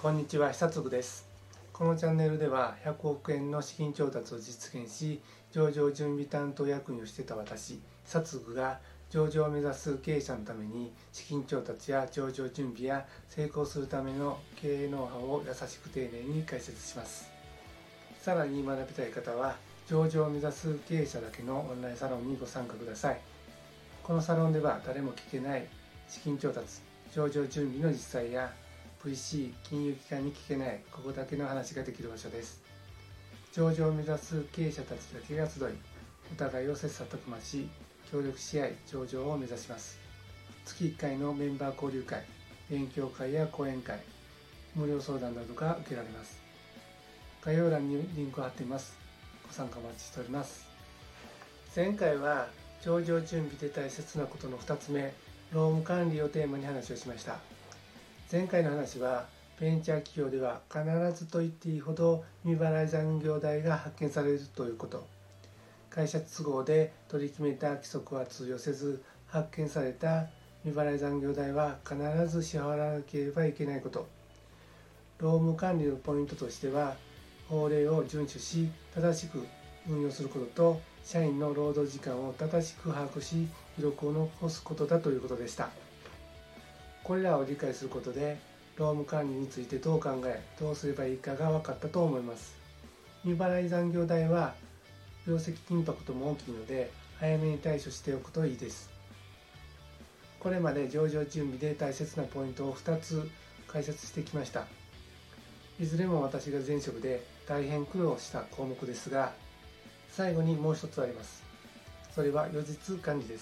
こんにちは、久嗣です。このチャンネルでは100億円の資金調達を実現し、上場準備担当役員をしていた私、久嗣が上場を目指す経営者のために資金調達や上場準備や成功するための経営ノウハウを優しく丁寧に解説します。さらに学びたい方は、上場を目指す経営者だけのオンラインサロンにご参加ください。このサロンでは誰も聞けない資金調達、上場準備の実際やVC、金融機関に聞けないここだけの話ができる場所です。上場を目指す経営者たちだけが集い、お互いを切磋琢磨し、協力し合い上場を目指します。月1回のメンバー交流会、勉強会や講演会、無料相談などが受けられます。概要欄にリンクを貼っています。ご参加お待ちしております。前回は上場準備で大切なことの2つ目、労務管理をテーマに話をしました。前回の話は、ベンチャー企業では必ずと言っていいほど未払い残業代が発見されるということ、会社都合で取り決めた規則は通用せず、発見された未払い残業代は必ず支払わなければいけないこと、労務管理のポイントとしては、法令を遵守し正しく運用することと、社員の労働時間を正しく把握し記録を残すことだということでした。これらを理解することで、労務管理についてどう考え、どうすればいいかが分かったと思います。未払い残業代は業績インパクトも大きいので、早めに対処しておくといいです。これまで上場準備で大切なポイントを2つ解説してきました。いずれも私が前職で大変苦労した項目ですが、最後にもう一つあります。それは予実管理です。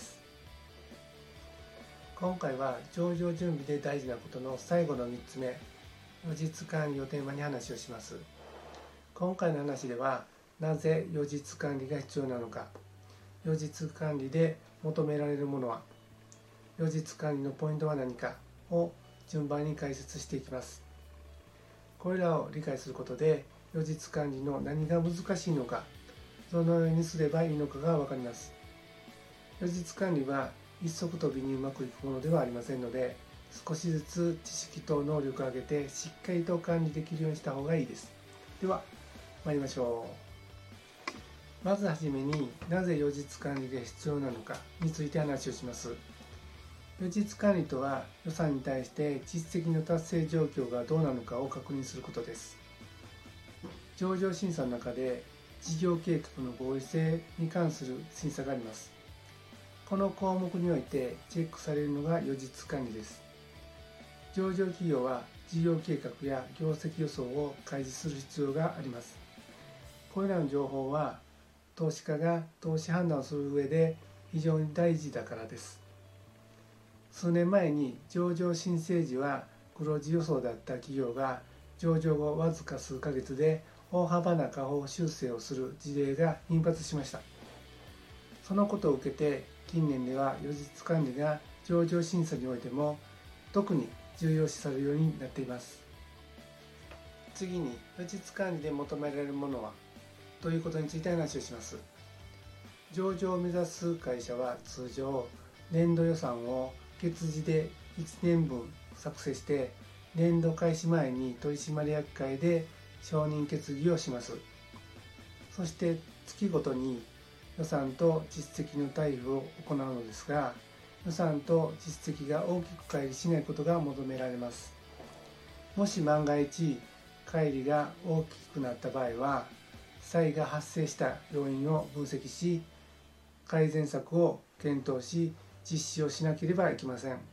今回は上場準備で大事なことの最後の3つ目、予実管理をテーマに話をします。今回の話では、なぜ予実管理が必要なのか、予実管理で求められるものは、予実管理のポイントは何かを順番に解説していきます。これらを理解することで、予実管理の何が難しいのか、どのようにすればいいのかが分かります。予実管理は一足飛びにうまくいくものではありませんので、少しずつ知識と能力を上げてしっかりと管理できるようにした方がいいです。では参りましょう。まずはじめに、なぜ予実管理が必要なのかについて話をします。予実管理とは、予算に対して実績の達成状況がどうなのかを確認することです。上場審査の中で事業計画の合理性に関する審査があります。この項目においてチェックされるのが予実管理です。上場企業は事業計画や業績予想を開示する必要があります。これらの情報は投資家が投資判断をする上で非常に大事だからです。数年前に上場申請時は黒字予想だった企業が上場後わずか数ヶ月で大幅な下方修正をする事例が頻発しました。そのことを受けて、近年では予実管理が上場審査においても特に重要視されるようになっています。次に、予実管理で求められるものはということについて話をします。上場を目指す会社は通常、年度予算を月次で1年分作成して、年度開始前に取締役会で承認決議をします。そして月ごとに予算と実績の対比を行うのですが、予算と実績が大きく乖離しないことが求められます。もし万が一乖離が大きくなった場合は、差異が発生した要因を分析し、改善策を検討し、実施をしなければいけません。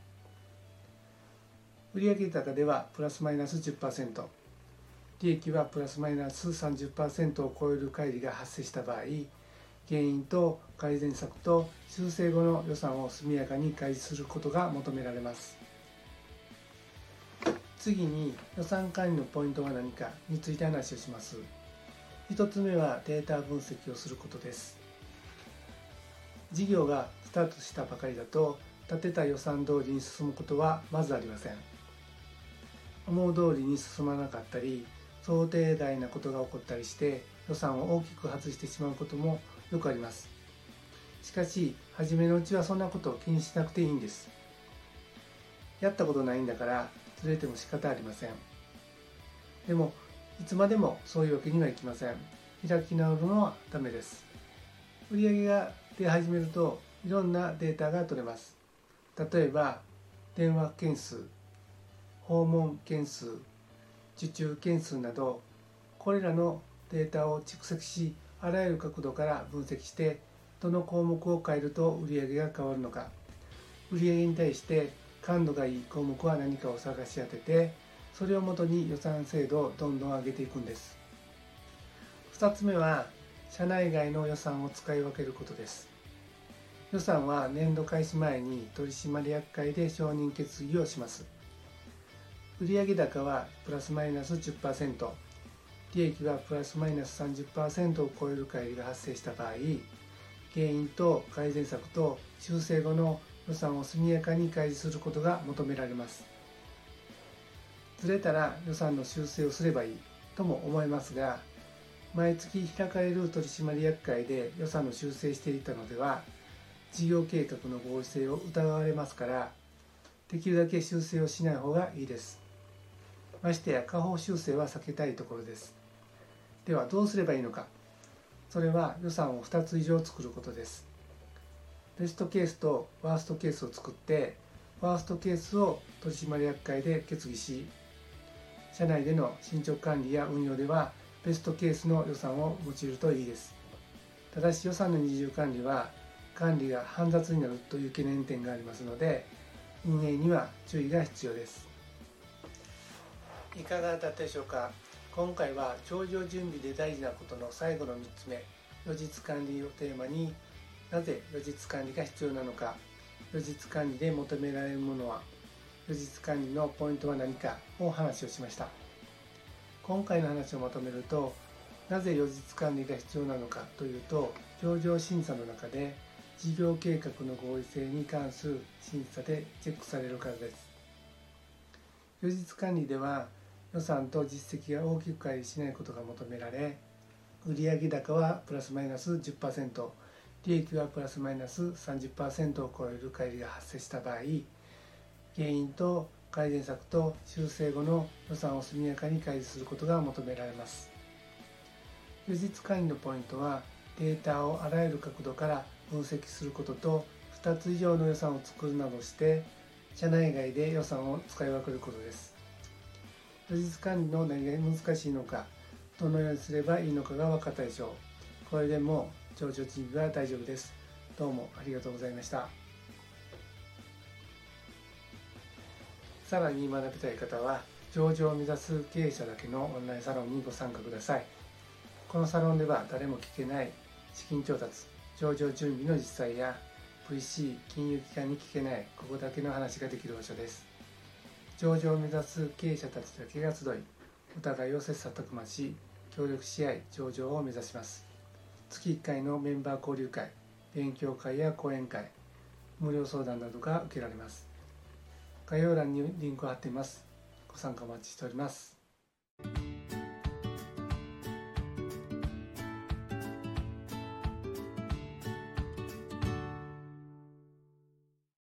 売上高ではプラスマイナス 10%、利益はプラスマイナス 30% を超える乖離が発生した場合、原因と改善策と修正後の予算を速やかに開示することが求められます。次に、予算管理のポイントは何かについて話をします。1つ目はデータ分析をすることです。事業がスタートしたばかりだと、立てた予算通りに進むことはまずありません。思う通りに進まなかったり、想定外なことが起こったりして予算を大きく外してしまうこともよくあります。しかし、初めのうちはそんなことを気にしなくていいんです。やったことないんだからずれても仕方ありません。 でもいつまでもそういうわけにはいきません。開き直るのはダメです。売上が出始めるといろんなデータが取れます。例えば電話件数、訪問件数、受注件数など、これらのデータを蓄積し、あらゆる角度から分析して、どの項目を変えると売上が変わるのか、売上に対して感度がいい項目は何かを探し当てて、それをもとに予算精度をどんどん上げていくんです。2つ目は、社内外の予算を使い分けることです。予算は年度開始前に取締役会で承認決議をします。売上高はプラスマイナス 10%、利益はプラスマイナス 30% を超える乖離が発生した場合、原因と改善策と修正後の予算を速やかに開示することが求められます。ずれたら予算の修正をすればいいとも思いますが、毎月開かれる取締役会で予算の修正していたのでは、事業計画の合理性を疑われますから、できるだけ修正をしない方がいいです。ましてや下方修正は避けたいところです。ではどうすればいいのか。それは予算を2つ以上作ることです。ベストケースとワーストケースを作って、ワーストケースを取締役会で決議し、社内での進捗管理や運用ではベストケースの予算を用いるといいです。ただし予算の二重管理は管理が煩雑になるという懸念点がありますので、運営には注意が必要です。いかがだったでしょうか。今回は上場準備で大事なことの最後の3つ目、予実管理をテーマに、なぜ予実管理が必要なのか、予実管理で求められるものは、予実管理のポイントは何かをお話をしました。今回の話をまとめると、なぜ予実管理が必要なのかというと、上場審査の中で事業計画の合理性に関する審査でチェックされるからです。予実管理では予算と実績が大きく乖離しないことが求められ、売上高はプラスマイナス 10%、利益はプラスマイナス 30% を超える乖離が発生した場合、原因と改善策と修正後の予算を速やかに開示することが求められます。予実管理のポイントは、データをあらゆる角度から分析することと、2つ以上の予算を作るなどして、社内外で予算を使い分けることです。予実管理の何が難しいのか、どのようにすればいいのかが分かったでしょう。これでも上場準備は大丈夫です。どうもありがとうございました。さらに学びたい方は、上場を目指す経営者だけのオンラインサロンにご参加ください。このサロンでは誰も聞けない資金調達、上場準備の実際や VC、金融機関に聞けないここだけの話ができる場所です。上場を目指す経営者たちだけが集い、お互いを切磋琢磨し、協力し合い上場を目指します。月1回のメンバー交流会、勉強会や講演会、無料相談などが受けられます。概要欄にリンクを貼っています。ご参加お待ちしております。